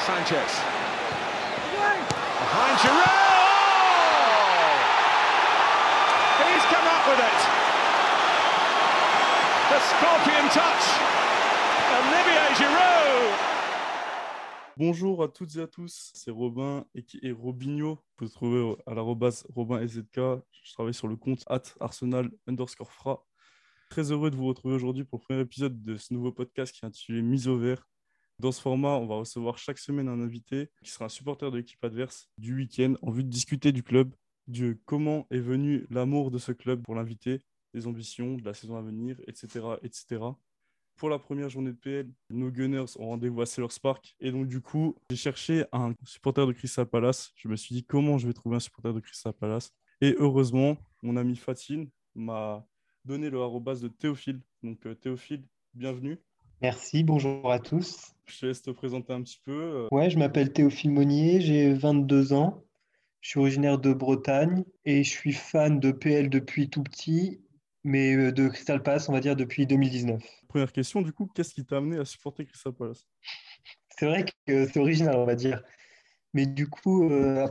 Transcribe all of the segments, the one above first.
Sanchez. Behind Giroud! Oh! He's come up with it. The scorpion touch. Olivier Giroud! Bonjour à toutes et à tous, c'est Robin et Robinho. Vous pouvez trouver à l'arobase RobinSZK. Je travaille sur le compte @Arsenal_Fra. Très heureux de vous retrouver aujourd'hui pour le premier épisode de ce nouveau podcast qui est intitulé Mise au vert. Dans ce format, on va recevoir chaque semaine un invité qui sera un supporter de l'équipe adverse du week-end en vue de discuter du club, de comment est venu l'amour de ce club pour l'invité, des ambitions, de la saison à venir, etc., etc. Pour la première journée de PL, nos Gunners ont rendez-vous à Sellers Park. Et donc, du coup, j'ai cherché un supporter de Crystal Palace. Je me suis dit, comment je vais trouver un supporter de Crystal Palace? Et heureusement, mon ami Fatine m'a donné le arrobase de Théophile. Donc, Théophile, bienvenue. Merci, bonjour à tous. Je te laisse te présenter un petit peu. Ouais, je m'appelle Théophile Monnier, j'ai 22 ans, je suis originaire de Bretagne et je suis fan de PL depuis tout petit, mais de Crystal Palace, on va dire depuis 2019. Première question, du coup, qu'est-ce qui t'a amené à supporter Crystal Palace? C'est vrai que c'est original, on va dire. Mais du coup,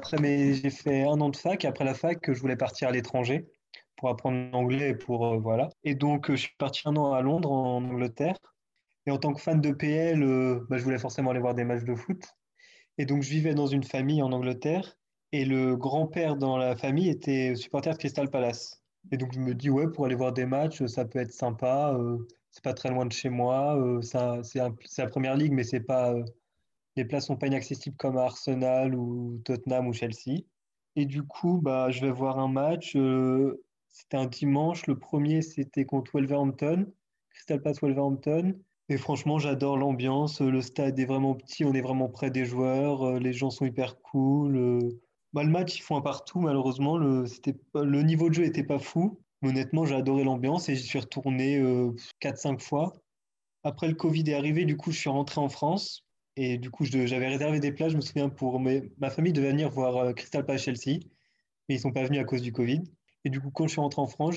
j'ai fait un an de fac. Après la fac, je voulais partir à l'étranger pour apprendre l'anglais et pour voilà. Et donc, je suis parti un an à Londres, en Angleterre. Et en tant que fan de PL, je voulais forcément aller voir des matchs de foot. Et donc, je vivais dans une famille en Angleterre et le grand-père dans la famille était supporter de Crystal Palace. Et donc, je me dis, ouais, pour aller voir des matchs, ça peut être sympa. C'est pas très loin de chez moi. C'est la première ligue, mais c'est pas, les places sont pas inaccessibles comme à Arsenal ou Tottenham ou Chelsea. Et du coup, je vais voir un match. C'était un dimanche. Le premier, c'était contre Wolverhampton, Crystal Palace Wolverhampton. Et franchement, j'adore l'ambiance. Le stade est vraiment petit, on est vraiment près des joueurs. Les gens sont hyper cool. Le match, ils font un partout, malheureusement. Le niveau de jeu n'était pas fou. Mais honnêtement, j'ai adoré l'ambiance et j'y suis retourné 4-5 fois. Après, le Covid est arrivé, du coup, je suis rentré en France. Et du coup, j'avais réservé des places, je me souviens, ma famille devait venir voir Crystal Palace Chelsea. Mais ils sont pas venus à cause du Covid. Et du coup, quand je suis rentré en France,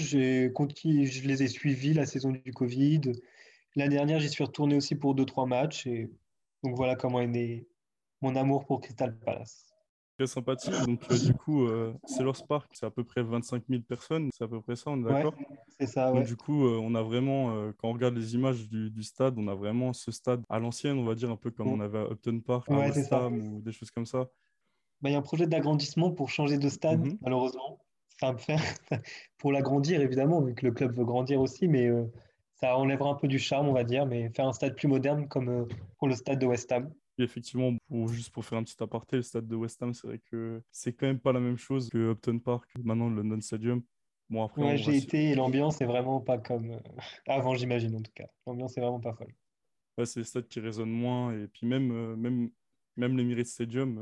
je les ai suivis la saison du Covid. L'année dernière, j'y suis retourné aussi pour deux trois matchs. Et donc voilà comment est né mon amour pour Crystal Palace. Très sympathique. Donc, du coup, Sellers Park, c'est à peu près 25 000 personnes. C'est à peu près ça, on est Ouais, d'accord? c'est ça, Donc ouais. du coup, on a vraiment, quand on regarde les images du stade, on a vraiment ce stade à l'ancienne, on va dire, un peu comme Mm. on avait à Upton Park, à Ouais, c'est West ça. Ham ou des choses comme ça. Il y a un projet d'agrandissement pour changer de stade, Mhm. malheureusement. Enfin, pour l'agrandir, évidemment, vu que le club veut grandir aussi, mais ça enlèvera un peu du charme, on va dire, mais faire un stade plus moderne comme pour le stade de West Ham. Et effectivement, juste pour faire un petit aparté, le stade de West Ham, c'est vrai que c'est quand même pas la même chose que Upton Park, maintenant le London Stadium. Bon, après, Ouais, on va... j'ai été et l'ambiance est vraiment pas comme avant, j'imagine, en tout cas. L'ambiance est vraiment pas folle. ouais, c'est des stades qui résonnent moins. Et puis même, même l'Emirates Stadium,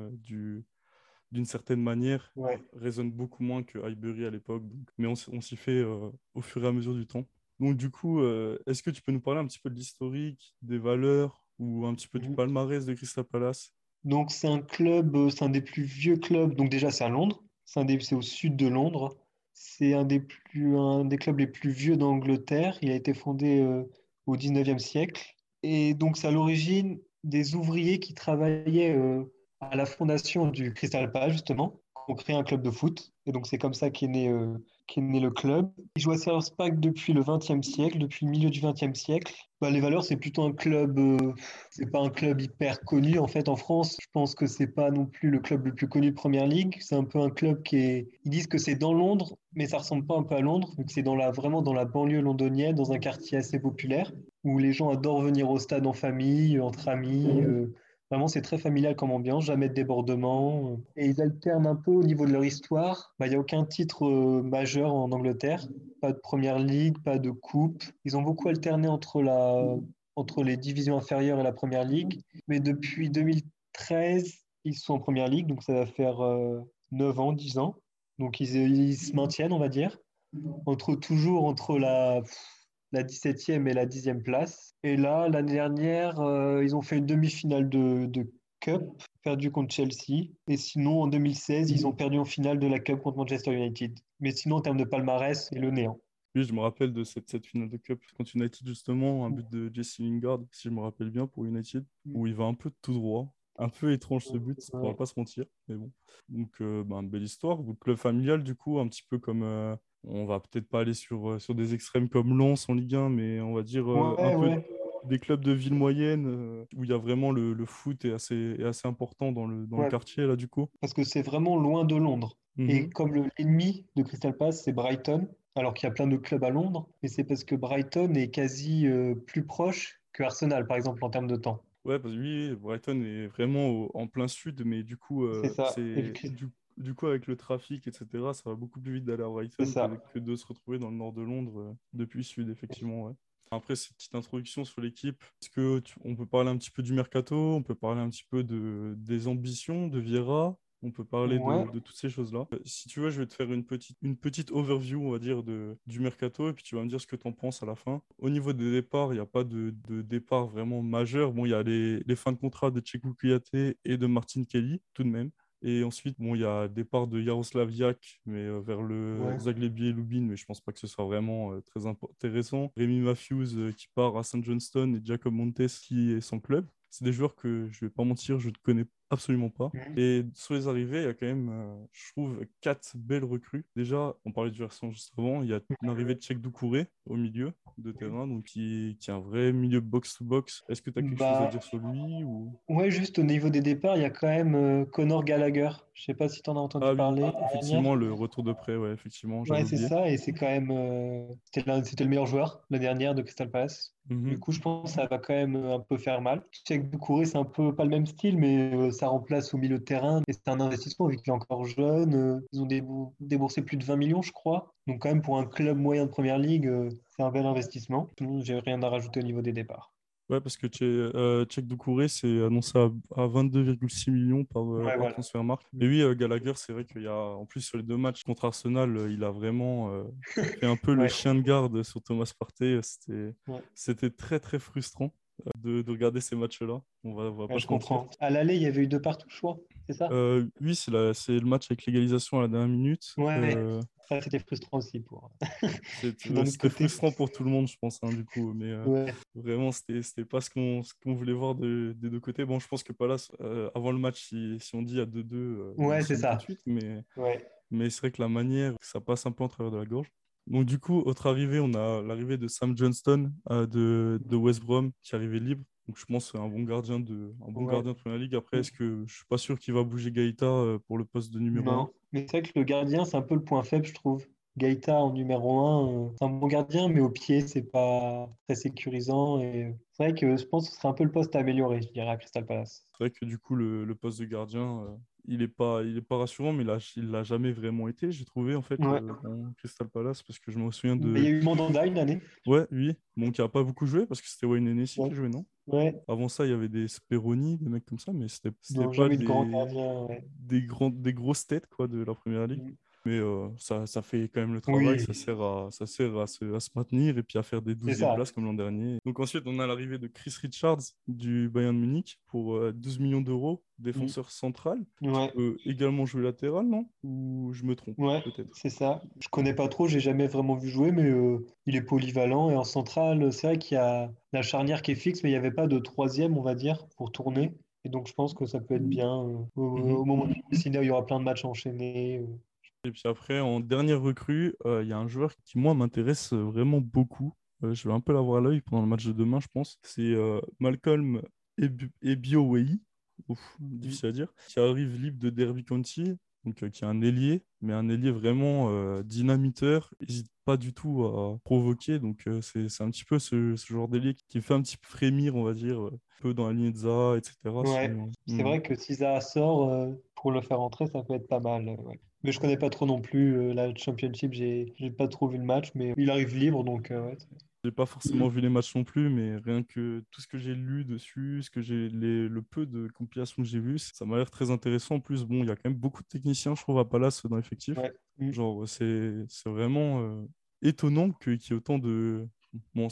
d'une certaine manière, Ouais. résonne beaucoup moins que Highbury à l'époque. Mais on s'y fait au fur et à mesure du temps. Donc du coup, est-ce que tu peux nous parler un petit peu de l'historique, des valeurs ou un petit peu du Mhm. palmarès de Crystal Palace? Donc, c'est un club, c'est un des plus vieux clubs. Donc, déjà, c'est à Londres. C'est au sud de Londres. C'est un des clubs les plus vieux d'Angleterre. Il a été fondé au 19e siècle. Et donc, c'est à l'origine des ouvriers qui travaillaient à la fondation du Crystal Palace, justement, qui ont créé un club de foot. Et donc, c'est comme ça qu'est né le club. Il joue à Selhurst Park depuis le 20e siècle, depuis le milieu du 20e siècle. Les valeurs, c'est plutôt un club. C'est pas un club hyper connu en fait en France. Je pense que c'est pas non plus le club le plus connu de Première Ligue. C'est un peu un club qui est. Ils disent que c'est dans Londres, mais ça ressemble pas un peu à Londres, vu que c'est vraiment dans la banlieue londonienne, dans un quartier assez populaire, où les gens adorent venir au stade en famille, entre amis. Vraiment, c'est très familial comme ambiance, jamais de débordement. Et ils alternent un peu au niveau de leur histoire. Il n'y a aucun titre majeur en Angleterre. Pas de Première Ligue, pas de coupe. Ils ont beaucoup alterné entre les divisions inférieures et la Première Ligue. Mais depuis 2013, ils sont en Première Ligue, donc ça va faire 9 ans, 10 ans. Donc ils se maintiennent, on va dire, toujours entre la 17e et la 10e place. Et là, l'année dernière, ils ont fait une demi-finale de Cup, perdu contre Chelsea. Et sinon, en 2016, ils ont perdu en finale de la Cup contre Manchester United. Mais sinon, en termes de palmarès, c'est le néant. Oui, je me rappelle de cette finale de Cup contre United, justement, un but de Jesse Lingard, si je me rappelle bien, pour United, où il va un peu tout droit. un peu étrange ce but, on va Ouais. pas se mentir, mais bon. Donc, belle histoire. Donc, club familial, du coup, un petit peu comme. On va peut-être pas aller sur des extrêmes comme Lens en Ligue 1, mais on va dire un Ouais, peu ouais, des clubs de ville moyenne où il y a vraiment le foot est assez important dans le ouais. quartier, là, du coup. Parce que c'est vraiment loin de Londres. Et Mhm. comme l'ennemi de Crystal Palace, c'est Brighton, alors qu'il y a plein de clubs à Londres, mais c'est parce que Brighton est quasi plus proche que Arsenal, par exemple, en termes de temps. Ouais, parce que oui, Brighton est vraiment en plein sud, mais du coup, C'est ça. du coup, avec le trafic, etc., ça va beaucoup plus vite d'aller à C'est Brighton ça. que de se retrouver dans le nord de Londres depuis le sud, effectivement, ouais. Après, cette petite introduction sur l'équipe, on peut parler un petit peu du mercato, on peut parler un petit peu des ambitions de Vieira, on peut parler Ouais. de toutes ces choses-là. Si tu veux, je vais te faire une petite overview, on va dire, du mercato, et puis tu vas me dire ce que tu en penses à la fin. Au niveau des départs, il n'y a pas de départ vraiment majeur. Bon, il y a les fins de contrat de Cheikhou Kouyaté et de Martin Kelly, tout de même. Et ensuite, bon, il y a départ de Yaroslav Jak, mais vers le Ouais. Zagłębie et Lubin, mais je pense pas que ce soit vraiment très intéressant. Rémi Matthews qui part à St. Johnstone et Jacob Montes qui est sans club. C'est des joueurs que je vais pas mentir, je ne connais absolument pas. Mhm. Et sur les arrivées, il y a quand même, je trouve, quatre belles recrues. Déjà, on parlait du versant juste avant, il y a l'arrivée de Cheikh Doucouré au milieu de terrain, donc qui est un vrai milieu box-to-box. Est-ce que tu as quelque chose à Bah, dire sur lui ou... ouais, juste au niveau des départs, il y a quand même Conor Gallagher. Je sais pas si tu en as entendu Ah oui, parler l'année dernière. effectivement, le retour de prêt, ouais, effectivement, j'avais Ouais, c'est oublié. ça, et c'est quand même c'était le meilleur joueur l'année dernière de Crystal Palace. Du Mhm. coup, je pense que ça va quand même un peu faire mal. Je sais que Doucouré, c'est un peu pas le même style, mais ça remplace au milieu de terrain. Et c'est un investissement vu qu'il est encore jeune. Ils ont déboursé plus de 20 millions, je crois. Donc, quand même, pour un club moyen de première ligue, c'est un bel investissement. Sinon, j'ai rien à rajouter au niveau des départs. Ouais, parce que Cheikh Doucouré, c'est annoncé à 22,6 millions Ouais, par voilà. Transfermarkt. Et oui, Gallagher, c'est vrai qu'il y a, en plus, sur les deux matchs contre Arsenal, il a vraiment fait un peu le Ouais, chien de garde sur Thomas Partey. ouais, C'était très, très frustrant de regarder ces matchs-là. On va ouais, pas je se mentir. comprends. À l'aller, il y avait eu deux partout, je crois. C'est ça? Oui, c'est le match avec l'égalisation à la dernière minute. Ouais, ça, c'était frustrant aussi pour d'un autre C'était côté. frustrant pour tout le monde, je pense, hein, du coup. Mais Ouais, vraiment, c'était pas ce qu'on voulait voir des deux côtés. Bon, je pense que Palace, avant le match, si on dit à 2-2, ils ouais, c'est signent tout de ça. suite. Ouais. Mais c'est vrai que la manière, ça passe un peu en travers de la gorge. Donc, du coup, autre arrivée, on a l'arrivée de Sam Johnston de West Brom qui est arrivé libre. Donc, je pense que c'est un bon Ouais. gardien de Première Ligue. Après, est-ce que je suis pas sûr qu'il va bouger Gaïta pour le poste de numéro un. Non. Mais c'est vrai que le gardien, c'est un peu le point faible, je trouve. Gaïta en numéro un, c'est un bon gardien, mais au pied, c'est pas très sécurisant. Et c'est vrai que je pense que ce serait un peu le poste à améliorer, je dirais, à Crystal Palace. C'est vrai que du coup, le poste de gardien, il est pas rassurant, mais il l'a jamais vraiment été, j'ai trouvé, en fait, Ouais. dans Crystal Palace, parce que je me souviens Mais il y de. a eu Mandanda une année. Ouais, oui, bon, qui a pas beaucoup joué, parce que c'était Wayne Hennessy Ouais. qui jouait, non? Ouais. Avant ça, il y avait des Speroni, des mecs comme ça, mais c'était Non, pas jamais eu de grand gardien. Ouais. des grosses têtes, quoi, de la première ligue. Mm. Mais ça fait quand même le travail, Oui, ça sert à se maintenir et puis à faire des c'est 12e ça. places comme l'an dernier. Donc ensuite, on a l'arrivée de Chris Richards du Bayern Munich pour 12 millions d'euros, Mm. défenseur central, qui Ouais. peut également jouer latéral, non? Ou je me trompe, Ouais, peut-être. c'est ça. Je connais pas trop, j'ai jamais vraiment vu jouer, mais il est polyvalent. Et en centrale, c'est vrai qu'il y a la charnière qui est fixe, mais il n'y avait pas de troisième, on va dire, pour tourner. Et donc je pense que ça peut être bien. Mhm. Au moment du ciné, il y aura plein de matchs enchaînés. Et puis après, en dernière recrue, il y a un joueur qui, moi, m'intéresse vraiment beaucoup. Je vais un peu l'avoir à l'œil pendant le match de demain, je pense. C'est Malcolm Ebiowei, ouf, Mm. difficile à dire, qui arrive libre de Derby County, donc qui est un ailier, mais un ailier vraiment dynamiteur, n'hésite pas du tout à provoquer. Donc c'est un petit peu ce genre d'ailier qui me fait un petit peu frémir, on va dire, un peu dans la ligne de Zaha, etc. Ouais, c'est Mhm. vrai que si Zaha sort, pour le faire entrer, ça peut être pas mal. Ouais. Mais je connais pas trop non plus la Championship, j'ai pas trop vu le match, mais il arrive libre, donc ouais. J'ai pas forcément vu les matchs non plus, mais rien que tout ce que j'ai lu dessus, le peu de compilations que j'ai vues, ça m'a l'air très intéressant. En plus, bon, il y a quand même beaucoup de techniciens, je trouve, à Palace dans l'effectif. Ouais. Mm. Genre, c'est vraiment étonnant qu'il y ait autant de. Bon,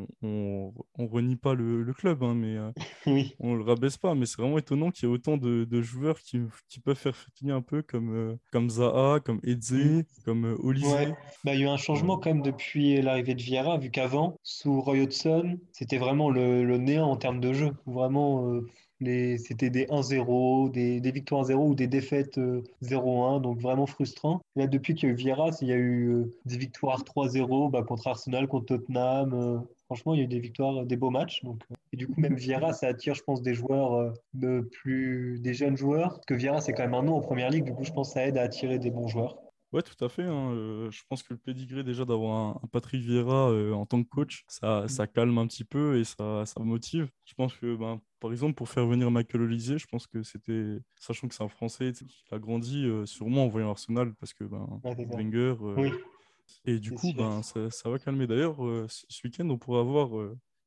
on renie pas le club, hein, mais Oui. on le rabaisse pas, mais c'est vraiment étonnant qu'il y ait autant de joueurs qui peuvent faire frétiller un peu comme Zaha, comme Mm. Eze, comme Ouais, Olise. bah, il y a eu un Euh, changement quand même depuis l'arrivée de Vieira, vu qu'avant, sous Roy Hodgson, c'était vraiment le néant en termes de jeu. Vraiment, C'était des 1-0, des victoires 1-0 ou des défaites 0-1, donc vraiment frustrant. Et là, depuis qu'il y a eu Vieira, il y a eu des victoires 3-0 contre Arsenal, contre Tottenham. Franchement, il y a eu des victoires, des beaux matchs. Et du coup, même Vieira, ça attire, je pense, des joueurs des jeunes joueurs. Parce que Vieira, c'est quand même un nom en première ligue. Du coup, je pense que ça aide à attirer des bons joueurs. Ouais, tout à fait, hein. Je pense que le pédigré déjà d'avoir un Patrick Vieira en tant que coach, ça calme un petit peu et ça motive. Je pense que, ben, par exemple, pour faire venir Michael Olise, je pense que c'était, sachant que c'est un Français, tu sais, qui a grandi sûrement en voyant Arsenal parce que ben, Ouais, c'est ça. Wenger. Oui, Et du c'est coup, sûr. ben, ça va calmer. D'ailleurs, ce week-end, on pourra avoir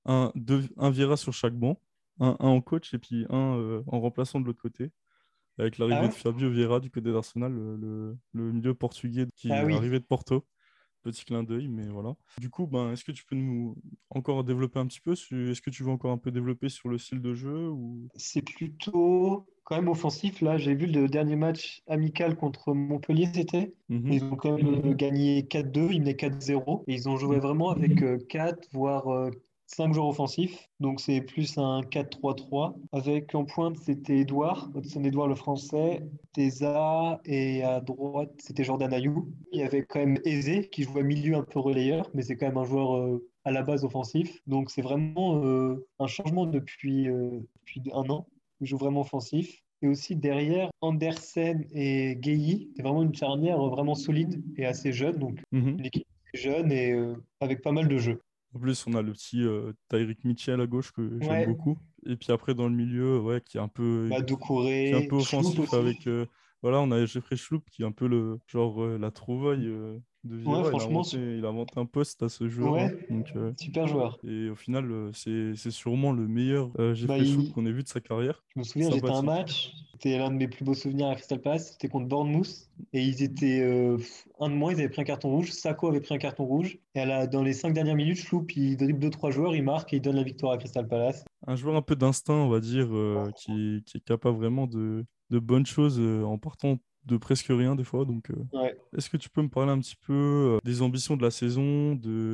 un Vieira sur chaque banc, un en coach et puis un en remplaçant de l'autre côté avec Ah l'arrivée de ouais? Fabio Vieira du côté d'Arsenal, le milieu portugais qui Ah est oui. arrivé de Porto. Petit clin d'œil, mais voilà. Du coup, ben, est-ce que tu peux nous encore développer un petit peu? Est-ce que tu veux encore un peu développer sur le style de jeu ou... C'est plutôt quand même offensif. Là, j'ai vu le dernier match amical contre Montpellier, c'était. Mhm. Ils ont quand même gagné 4-2, ils menaient 4-0. Et ils ont joué vraiment avec 4, voire 5 joueurs offensifs. Donc c'est plus un 4-3-3. Avec en pointe, c'était Edouard, Hudson-Edouard le français, Teza, et à droite, c'était Jordan Ayou. Il y avait quand même Eze qui jouait milieu un peu relayeur, mais c'est quand même un joueur à la base offensif. Donc c'est vraiment un changement depuis un an. Il joue vraiment offensif. Et aussi derrière, Andersen et Guehi, c'est vraiment une charnière vraiment solide et assez jeune. Donc Mhm. une équipe jeune et avec pas mal de jeux. En plus, on a le petit Tyrick Mitchell à gauche que j'aime Ouais, beaucoup. Et puis après, dans le milieu, ouais, bah qui est un Doucouré, peu Schloup offensif aussi. avec... voilà, on a Jeffrey Schlupp qui est un peu la trouvaille de Ouais, Vieira. franchement, Il a inventé un poste à ce joueur-là. ouais, Donc, super joueur. et au final, c'est sûrement le meilleur Bah, Jeffrey Schlupp qu'on ait vu de sa carrière. je me souviens, j'étais à un Sympathique. match, c'était l'un de mes plus beaux souvenirs à Crystal Palace, c'était contre Bournemouth, et ils étaient un de moins, ils avaient pris un carton rouge, Sako avait pris un carton rouge, et dans les 5 dernières minutes, Schloup, il dribble deux trois joueurs, il marque et il donne la victoire à Crystal Palace. Un joueur un peu d'instinct, on va dire, qui est capable vraiment de bonnes choses en partant de presque rien des fois. Donc, Ouais. est-ce que tu peux me parler un petit peu des ambitions de la saison,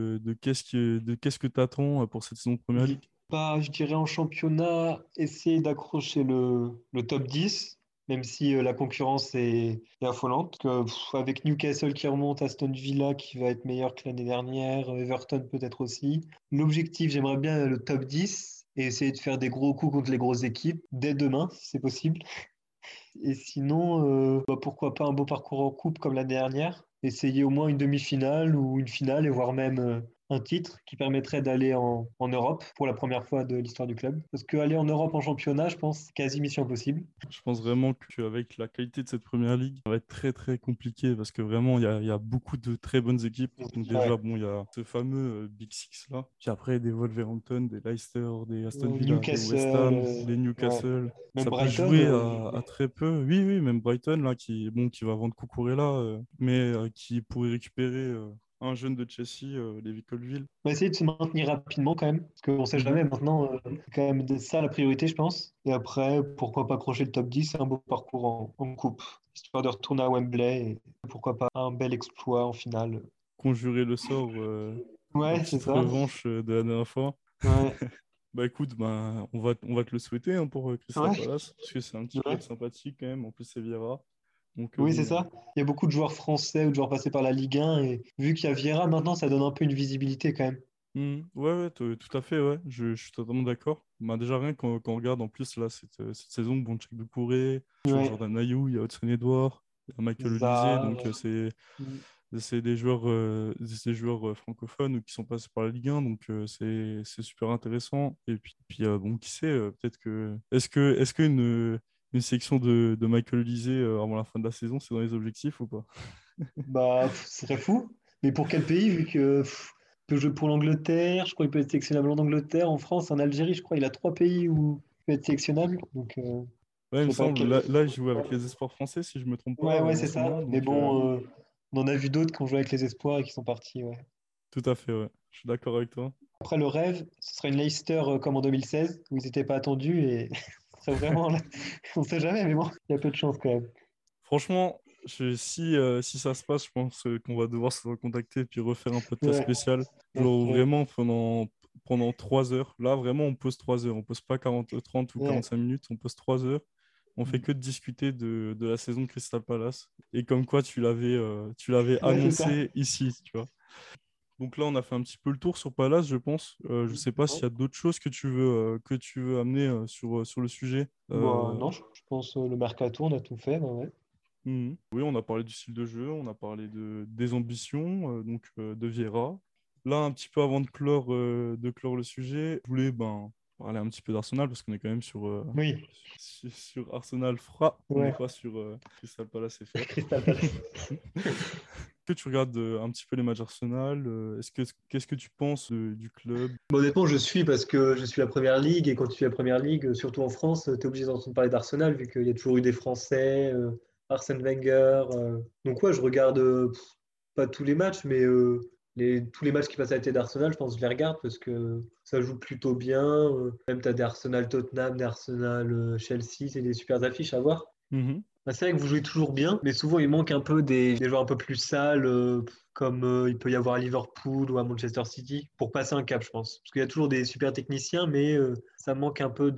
de qu'est-ce que tu attends pour cette saison de Première Ligue? Bah, je dirais en championnat, essayer d'accrocher le top 10, même si la concurrence est affolante. Avec Newcastle qui remonte, Aston Villa qui va être meilleur que l'année dernière, Everton peut-être aussi. L'objectif, j'aimerais bien le top 10 et essayer de faire des gros coups contre les grosses équipes dès demain, si c'est possible. Et sinon, pourquoi pas un beau parcours en coupe comme l'année dernière. Essayer au moins une demi-finale ou une finale et voire même un titre qui permettrait d'aller en Europe pour la première fois de l'histoire du club. Parce qu'aller en Europe en championnat, je pense, c'est quasi mission impossible. Je pense vraiment qu'avec la qualité de cette Première Ligue, ça va être très très compliqué parce que vraiment, il y a beaucoup de très bonnes équipes. Donc Ouais. déjà, bon, il y a ce fameux Big Six là. Puis après, des Wolverhampton, des Leicester, des Aston Villa, des West Newcastle, Ham, des ouais. Newcastle. Même Ça peut Brighton. jouer à très peu. Oui, oui, même Brighton là, qui va vendre Cucurella, mais qui pourrait récupérer un jeune de Chelsea, Levi Colwill. On va essayer de se maintenir rapidement quand même, parce qu'on ne sait Mhm. jamais maintenant. C'est quand même ça la priorité, je pense. Et après, pourquoi pas accrocher le top 10 et un beau parcours en coupe, histoire de retourner à Wembley et pourquoi pas un bel exploit en finale. Conjurer le sort, la Ouais, c'est petite ça. revanche de la dernière fois. Ouais, Bah écoute, bah, on va te le souhaiter hein, pour Crystal ouais, Palace, parce que c'est un petit ouais. club sympathique quand même, en plus c'est Vieira. Donc Oui, c'est bon, ça. Il y a beaucoup de joueurs français ou de joueurs passés par la Ligue 1 et vu qu'il y a Vieira maintenant, ça donne un peu une visibilité quand même. ouais, ouais, tout à fait, ouais, je suis totalement d'accord. Bah, déjà rien quand on regarde en plus là, cette saison, bon, Cheikh Doucouré, toujours Ouais, Jordan Ayou, il y a Hudson Edouard, il y a Michael Olise, Zaha. donc c'est des joueurs francophones ou qui sont passés par la Ligue 1, donc c'est super intéressant. Et puis bon, qui sait, peut-être que est-ce une section de Michael Olise avant la fin de la saison, c'est dans les objectifs ou pas? Bah, ce serait fou. Mais pour quel pays, vu que il peut jouer pour l'Angleterre, je crois qu'il peut être sélectionnable en Angleterre, en France, en Algérie, je crois. Il a 3 pays où il peut être sélectionnable. Donc, Ouais, il je me sais pas semble. quel. Là, il joue avec les espoirs français, si je me trompe pas, Ouais, ouais, en c'est ce ça. moment. Mais Donc, bon, on en a vu d'autres qui ont joué avec les espoirs et qui sont partis. Ouais. tout à fait, ouais. Je suis d'accord avec toi. Après, le rêve, ce serait une Leicester comme en 2016, où ils n'étaient pas attendus et ce serait vraiment là. On sait jamais, mais bon, il y a peu de chance quand même. Franchement, si ça se passe, je pense qu'on va devoir se recontacter puis refaire un podcast Ouais, spécial. ça Genre serait. vraiment pendant pendant 3 heures. Là, vraiment, on pose 3 heures. On pose pas 30 ou Ouais. 45 minutes, on pose 3 heures. On fait que de discuter de la saison de Crystal Palace. Et comme quoi, tu l'avais Ouais, c'est ça. annoncé ici, tu vois. Donc là, on a fait un petit peu le tour sur Palace, je pense. Je sais pas Ouais. s'il y a d'autres choses que tu veux amener sur le sujet. Bah, non, je pense le mercato, on a tout fait. Ouais. Oui, on a parlé du style de jeu, on a parlé des ambitions, de Vieira. Là, un petit peu avant de clore le sujet, je voulais parler un petit peu d'Arsenal parce qu'on est quand même Oui, sur Arsenal Fra, on n'est ouais. pas sur Crystal Palace FR. Crystal Palace. Que tu regardes un petit peu les matchs Arsenal, qu'est-ce que tu penses du club? Bon, honnêtement, je suis parce que je suis la première ligue et quand tu suis la première ligue, surtout en France, tu es obligé d'entendre parler d'Arsenal vu qu'il y a toujours eu des Français, Arsène Wenger. Donc, ouais, je regarde pas tous les matchs, mais tous les matchs qui passent à la télé d'Arsenal, je pense que je les regarde parce que ça joue plutôt bien. Même tu as des Arsenal Tottenham, des Arsenal Chelsea, c'est des super affiches à voir. Mhm. Bah, c'est vrai que vous jouez toujours bien, mais souvent il manque un peu des joueurs un peu plus sales, comme il peut y avoir à Liverpool ou à Manchester City, pour passer un cap, je pense. Parce qu'il y a toujours des super techniciens, mais ça manque un peu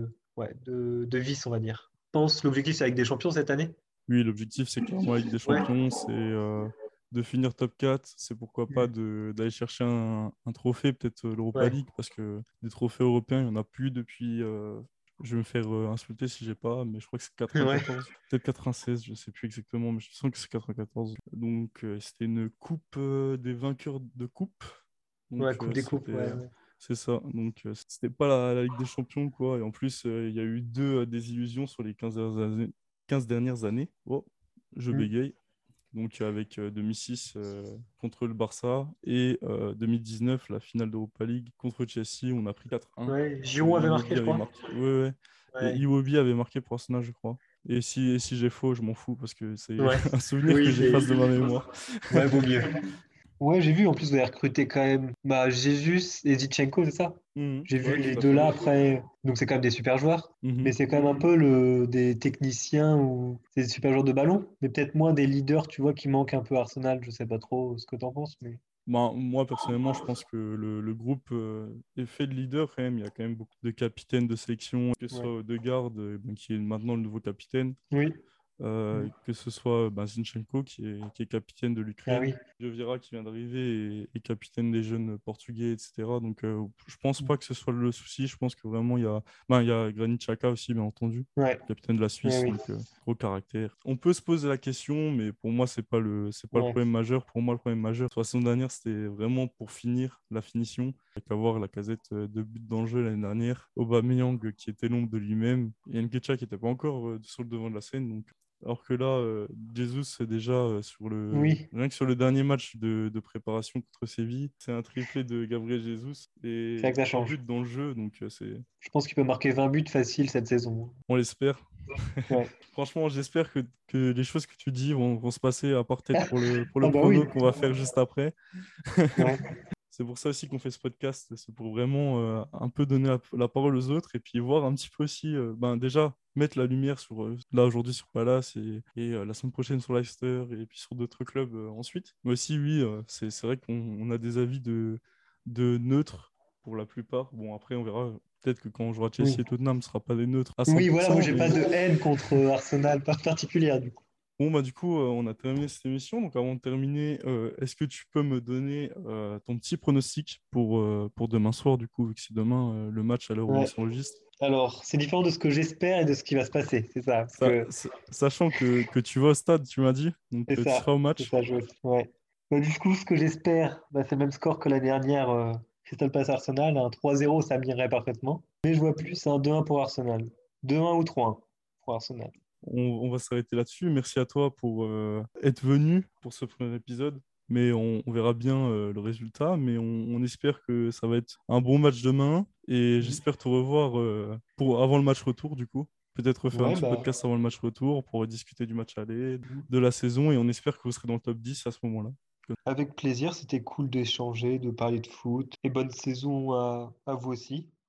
de vis, on va dire. Je pense que l'objectif, c'est avec des champions cette année. Oui, l'objectif, c'est clairement avec des Ouais. champions, c'est de finir top 4. C'est pourquoi pas d'aller chercher un trophée, peut-être l'Europa Ouais. League, parce que des trophées européens, il n'y en a plus depuis. Je vais me faire insulter si j'ai pas, mais je crois que c'est Ouais. 94, peut-être 96, je sais plus exactement, mais je sens que c'est 94. Donc, c'était une coupe des vainqueurs de coupe. Ouais, Donc, Coupe des Coupes, ouais. c'est ça. Donc, c'était pas la Ligue des Champions, quoi. Et en plus, il y a eu deux désillusions sur les 15 dernières années. Oh, je Mm. bégaye. Donc, avec 2006 contre le Barça et 2019, la finale d'Europa League contre Chelsea, on a pris 4-1. Ouais. Et Giroud avait marqué, Iwobi je avait crois. marqué. Ouais, ouais. Et Ouais. Iwobi avait marqué pour Arsenal, je crois. Et si j'ai faux, je m'en fous parce que c'est Ouais. un souvenir que Oui, j'efface de ma mémoire. ouais, vaut mieux. Ouais, j'ai vu, en plus, vous avez recruté quand même Jesus et Zichenko, c'est ça? J'ai vu Ouais, les tout à deux fait. là après. Donc, c'est quand même des super joueurs. Mais Mhm. c'est quand même un peu des techniciens ou c'est des super joueurs de ballon. Mais peut-être moins des leaders, tu vois, qui manquent un peu à Arsenal. Je sais pas trop ce que t'en penses, mais. Moi, personnellement, je pense que le groupe est fait de leader quand même. Il y a quand même beaucoup de capitaines de sélection, que ce Ouais. soit Odegaard, qui est maintenant le nouveau capitaine, Oui. que ce soit Zinchenko, qui est capitaine de Ah l'Ukraine, oui. Vieira qui vient d'arriver et capitaine des jeunes portugais, etc. Donc, je pense pas que ce soit le souci. Je pense que vraiment, il y a Granit Xhaka aussi, bien entendu, Ouais. capitaine de la Ouais, Suisse, oui. donc gros caractère. On peut se poser la question, mais pour moi, c'est pas le Ouais. problème majeur. Pour moi, le problème majeur, sur la saison dernière, c'était vraiment pour finir la finition, avec avoir la casette de but dans le jeu l'année dernière, Aubameyang qui était l'ombre de lui-même, et Nketiah qui n'était pas encore sur le devant de la scène. Donc, alors que là, Jesus, c'est déjà Oui. rien que sur le dernier match de préparation contre Séville, c'est un triplé de Gabriel Jesus C'est vrai et que ça 3 change. buts dans le jeu. Donc, Je pense qu'il peut marquer 20 buts facile cette saison. on l'espère. Ouais. Franchement, j'espère que les choses que tu dis vont se passer à part tête pour le Ah bah oui. prono qu'on va faire juste après. Ouais. C'est pour ça aussi qu'on fait ce podcast. C'est pour vraiment un peu donner la parole aux autres et puis voir un petit peu aussi, déjà, mettre la lumière sur, là aujourd'hui sur Palace et la semaine prochaine sur Leicester et puis sur d'autres clubs ensuite. Mais aussi, oui, c'est vrai qu'on a des avis de neutres pour la plupart. Bon, après, on verra. Peut-être que quand on jouera Chelsea Oui. et Tottenham, ce ne sera pas des neutres à Oui, voilà, moi 100%, j'ai mais pas de haine contre Arsenal pas particulière du coup. bon, du coup, on a terminé cette émission. Donc, avant de terminer, est-ce que tu peux me donner ton petit pronostic pour demain soir, du coup, vu que c'est demain le match à l'heure où on Ouais. s'enregistre? Alors, c'est différent de ce que j'espère et de ce qui va se passer, c'est ça. Parce que Sachant que tu vas au stade, tu m'as dit, donc c'est tu seras au c'est match. ça, je ouais. Bah, du coup, ce que j'espère, bah, c'est le même score que la dernière Crystal Palace Arsenal. Un 3-0, ça m'irait parfaitement. Mais je vois plus un 2-1 pour Arsenal. 2-1 ou 3-1 pour Arsenal. On va s'arrêter là-dessus. Merci à toi pour être venu pour ce premier épisode. Mais on verra bien le résultat. Mais on espère que ça va être un bon match demain. Et Mhm. j'espère te revoir avant le match retour, du coup. Peut-être refaire un Ouais, petit bah, podcast avant le match retour pour discuter du match aller, mhm. de la saison. Et on espère que vous serez dans le top 10 à ce moment-là. Avec plaisir, c'était cool d'échanger, de parler de foot. Et bonne saison à vous aussi.